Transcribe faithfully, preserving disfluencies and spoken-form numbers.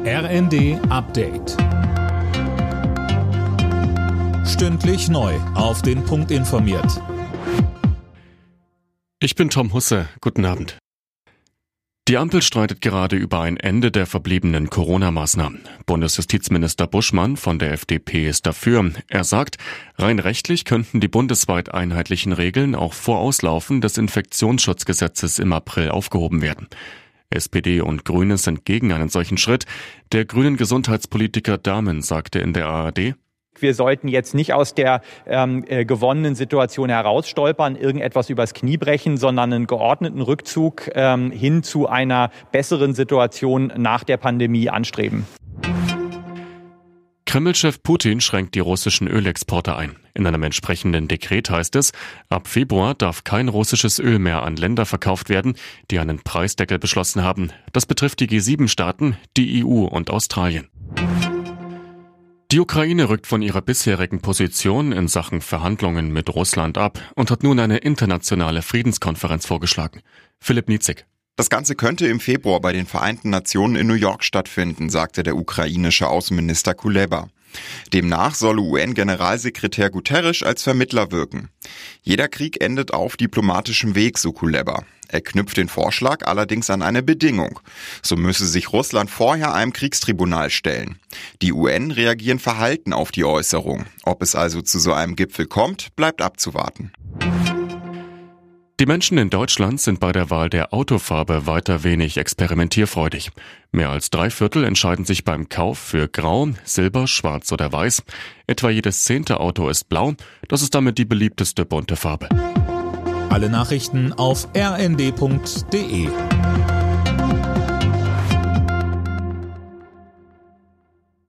R N D Update. Stündlich neu auf den Punkt informiert. Ich bin Tom Husse. Guten Abend. Die Ampel streitet gerade über ein Ende der verbliebenen Corona-Maßnahmen. Bundesjustizminister Buschmann von der F D P ist dafür. Er sagt, rein rechtlich könnten die bundesweit einheitlichen Regeln auch vor Auslaufen des Infektionsschutzgesetzes im April aufgehoben werden. S P D und Grüne sind gegen einen solchen Schritt. Der grünen Gesundheitspolitiker Dahmen sagte in der A R D: Wir sollten jetzt nicht aus der ähm, äh, gewonnenen Situation herausstolpern, irgendetwas übers Knie brechen, sondern einen geordneten Rückzug ähm, hin zu einer besseren Situation nach der Pandemie anstreben. Kreml-Chef Putin schränkt die russischen Ölexporte ein. In einem entsprechenden Dekret heißt es, ab Februar darf kein russisches Öl mehr an Länder verkauft werden, die einen Preisdeckel beschlossen haben. Das betrifft die G sieben Staaten, die E U und Australien. Die Ukraine rückt von ihrer bisherigen Position in Sachen Verhandlungen mit Russland ab und hat nun eine internationale Friedenskonferenz vorgeschlagen. Philipp Nietzig. Das Ganze könnte im Februar bei den Vereinten Nationen in New York stattfinden, sagte der ukrainische Außenminister Kuleba. Demnach solle U N-Generalsekretär Guterres als Vermittler wirken. Jeder Krieg endet auf diplomatischem Weg, so Kuleba. Er knüpft den Vorschlag allerdings an eine Bedingung. So müsse sich Russland vorher einem Kriegstribunal stellen. Die U N reagieren verhalten auf die Äußerung. Ob es also zu so einem Gipfel kommt, bleibt abzuwarten. Die Menschen in Deutschland sind bei der Wahl der Autofarbe weiter wenig experimentierfreudig. Mehr als drei Viertel entscheiden sich beim Kauf für Grau, Silber, Schwarz oder Weiß. Etwa jedes zehnte Auto ist blau. Das ist damit die beliebteste bunte Farbe. Alle Nachrichten auf r n d punkt d e.